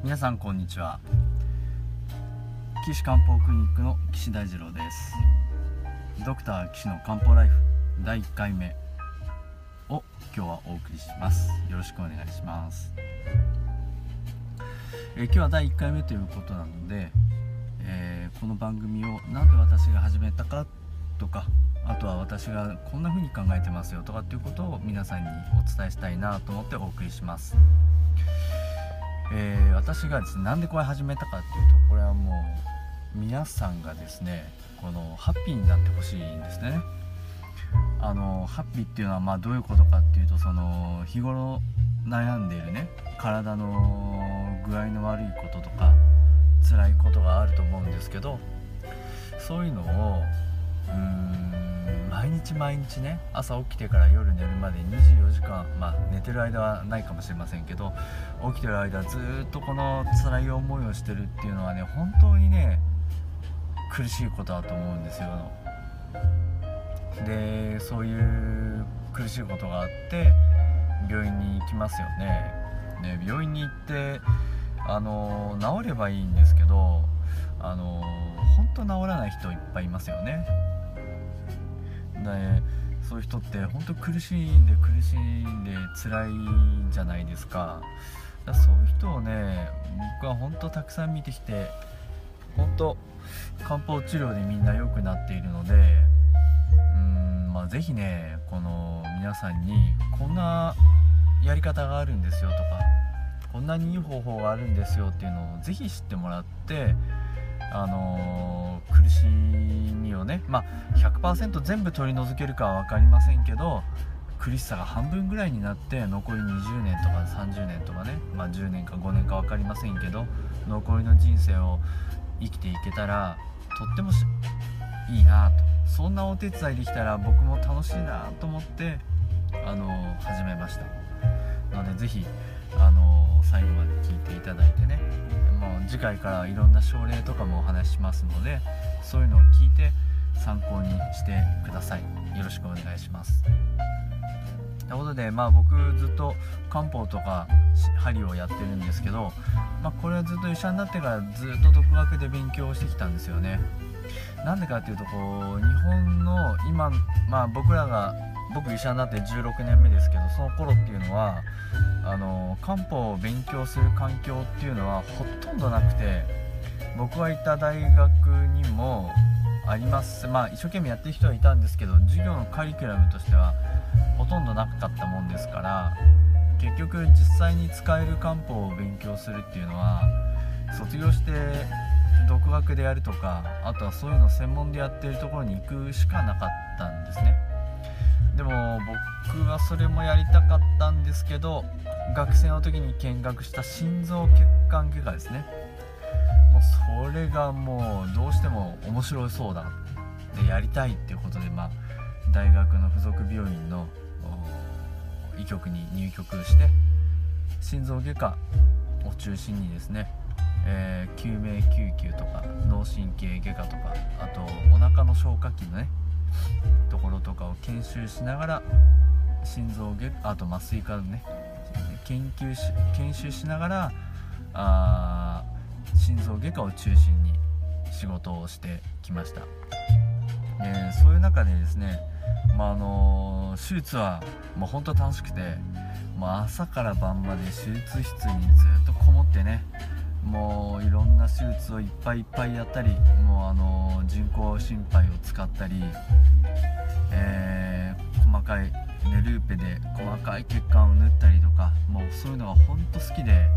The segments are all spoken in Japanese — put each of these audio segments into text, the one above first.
皆さんこんにちは。岸漢方クリニックの岸大二郎です。ドクター岸の漢方ライフ第1回目を今日はお送りします。よろしくお願いします。今日は第1回目ということなので、この番組をなんで私が始めたかとか、あとは私がこんな風に考えてますよとかっていうことを皆さんにお伝えしたいなと思ってお送りします。私がですね、なんでこれ始めたかっていうと、これはもう皆さんがですね、このハッピーになってほしいんですね。ハッピーっていうのはどういうことかっていうと、その日頃悩んでいるね、体の具合の悪いこととか辛いことがあると思うんですけど、そういうのを毎日ね、朝起きてから夜寝るまで24時間、寝てる間はないかもしれませんけど、起きてる間ずっとこの辛い思いをしてるっていうのはね、本当にね苦しいことだと思うんですよ。で、そういう苦しいことがあって病院に行きますよね。で、病院に行って治ればいいんですけど、本当治らない人いっぱいいますよね。で、そういう人って本当苦しんで辛いじゃないですか。そういう人をね、僕は本当たくさん見てきて、本当漢方治療でみんな良くなっているので、ぜひね、この皆さんにこんなやり方があるんですよとか、こんなにいい方法があるんですよっていうのをぜひ知ってもらって、苦しみをね、100% 全部取り除けるかは分かりませんけど、苦しさが半分ぐらいになって、残り20年とか30年とかね、10年か5年か分かりませんけど、残りの人生を生きていけたらとってもいいなと、そんなお手伝いできたら僕も楽しいなと思って始めましたので、ぜひ最後まで聞いていただいてね、次回からいろんな症例とかもお話ししますので、そういうのを聞いて参考にしてください。よろしくお願いします。ということで、僕ずっと漢方とか針をやってるんですけど、これはずっと医者になってからずっと独学で勉強してきたんですよね。なんでかっていうと、日本の今、僕医者になって16年目ですけど、その頃っていうのは漢方を勉強する環境っていうのはほとんどなくて、僕が行った大学にもあります。一生懸命やってる人はいたんですけど、授業のカリキュラムとしてはほとんどなかったもんですから、結局実際に使える漢方を勉強するっていうのは卒業して独学でやるとか、あとはそういうの専門でやってるところに行くしかなかったんですね。でも僕はそれもやりたかったんですけど、学生の時に見学した心臓血管外科ですね、もうそれがもうどうしても面白そうだでやりたいっていうことで、大学の付属病院の医局に入局して、心臓外科を中心にですね、救命救急とか脳神経外科とか、あとお腹の消化器のねところとかを研修しながら、心臓外科、あと麻酔科のね研修しながら心臓外科を中心に仕事をしてきました。そういう中でですね、手術はもう本当楽しくて、朝から晩まで手術室にずっとこもってね、もういろんな手術をいっぱいやったり、もう人工心肺を使ったり、細かいネルーペで細かい血管を縫ったりとか、もうそういうのが本当好きで、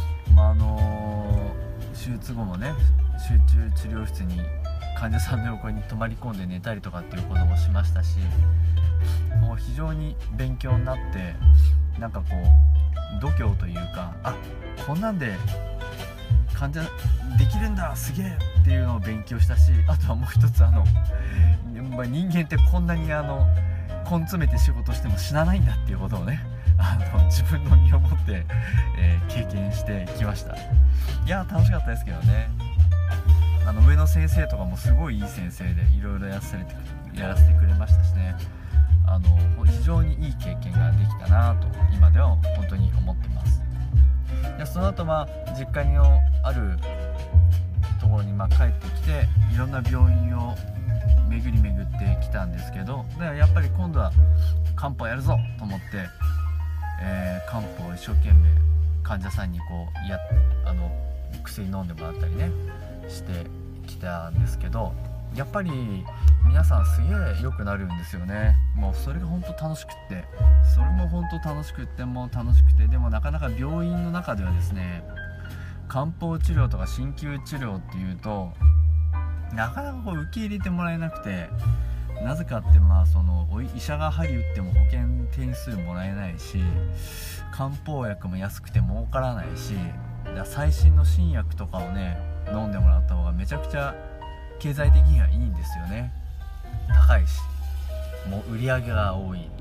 手術後もね、集中治療室に患者さんの横に泊まり込んで寝たりとかっていうこともしましたし、もう非常に勉強になって、度胸というか、こんなんで患者できるんだ、すげえっていうのを勉強したし、あとはもう一つ人間ってこんなに根詰めて仕事しても死なないんだっていうことをね、自分の身をもって、経験してきました。いや楽しかったですけどね。上の先生とかもすごいいい先生で、いろいろやらせてくれましたしね、非常にいい経験ができたなと今では本当に思ってます。 でその後実家のあるところに帰ってきて、いろんな病院を巡り巡ってきたんですけど、でやっぱり今度は漢方やるぞと思って、漢方を一生懸命患者さんに薬飲んでもらったりねしてきたんですけど、やっぱり皆さんすげえ良くなるんですよね。もうそれが本当楽しくって、それも本当楽しくって、もう楽しくて、でもなかなか病院の中ではですね、漢方治療とか鍼灸治療っていうとなかなか受け入れてもらえなくて、なぜかって医者が針打っても保険点数もらえないし、漢方薬も安くて儲からないし、最新の新薬とかをね飲んでもらった方がめちゃくちゃ経済的にはいいんですよね。高いし、もう売り上げが多いって。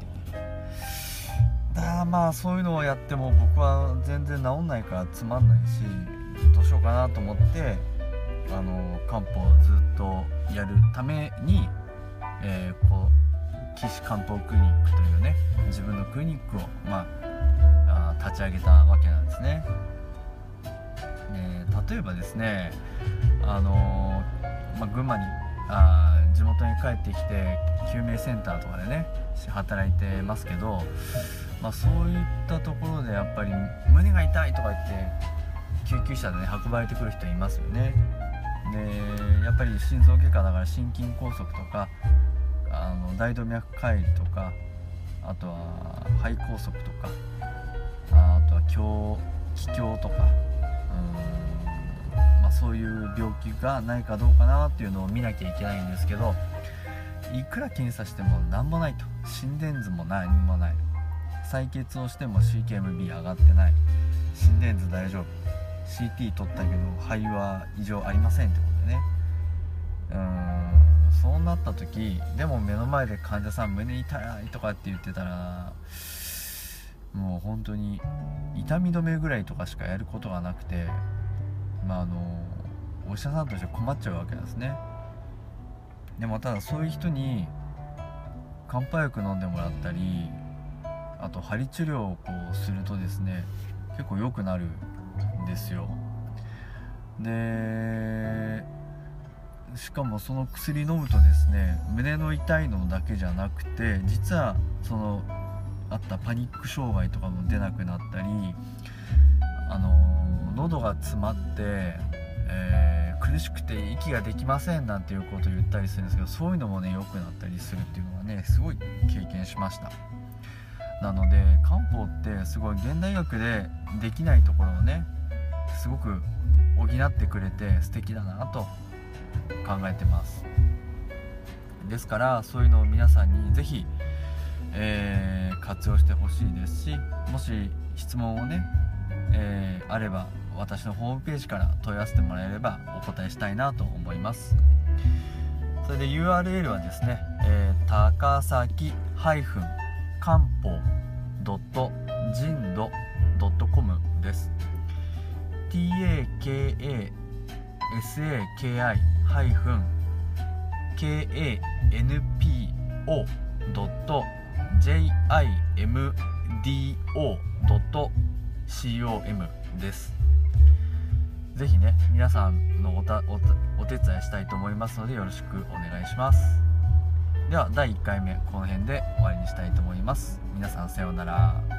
そういうのをやっても僕は全然治んないからつまんないし、どうしようかなと思って、漢方をずっとやるために、岸漢方クリニックというね、自分のクリニックを立ち上げたわけなんですね。例えばですね、群馬に地元に帰ってきて救命センターとかでね働いてますけど、そういったところでやっぱり胸が痛いとか言って救急車でね運ばれてくる人いますよね。でやっぱり心臓外科だから心筋梗塞とか大動脈解離とか、あとは肺梗塞とか、あとは気胸とか、そういう病気がないかどうかなっていうのを見なきゃいけないんですけど、いくら検査しても何もないと。心電図も何もない。採血をしても CKMB 上がってない。心電図大丈夫。CT 取ったけど肺は異常ありませんってことでね。そうなった時でも目の前で患者さん胸痛いとかって言ってたら、もう本当に痛み止めぐらいとかしかやることがなくて、お医者さんとして困っちゃうわけなんですね。でもただそういう人に漢方薬飲んでもらったり、あと針治療をするとですね、結構良くなるんですよ。でしかもその薬飲むとですね、胸の痛いのだけじゃなくて、実はあったパニック障害とかも出なくなったり、喉が詰まって、苦しくて息ができませんなんていうことを言ったりするんですけど、そういうのもね良くなったりするっていうのはねすごい経験しました。なので漢方ってすごい現代医学でできないところをねすごく補ってくれて素敵だなと考えてます。ですからそういうのを皆さんにぜひ、活用してほしいですし、もし質問をね、あれば私のホームページから問い合わせてもらえればお答えしたいなと思います。それで URL はですね、高崎漢方.jindo.com です。takasaki-kanpo.jimdo.com です。ぜひね皆さんのお手伝いしたいと思いますのでよろしくお願いします。では第1回目この辺で終わりにしたいと思います。皆さんさようなら。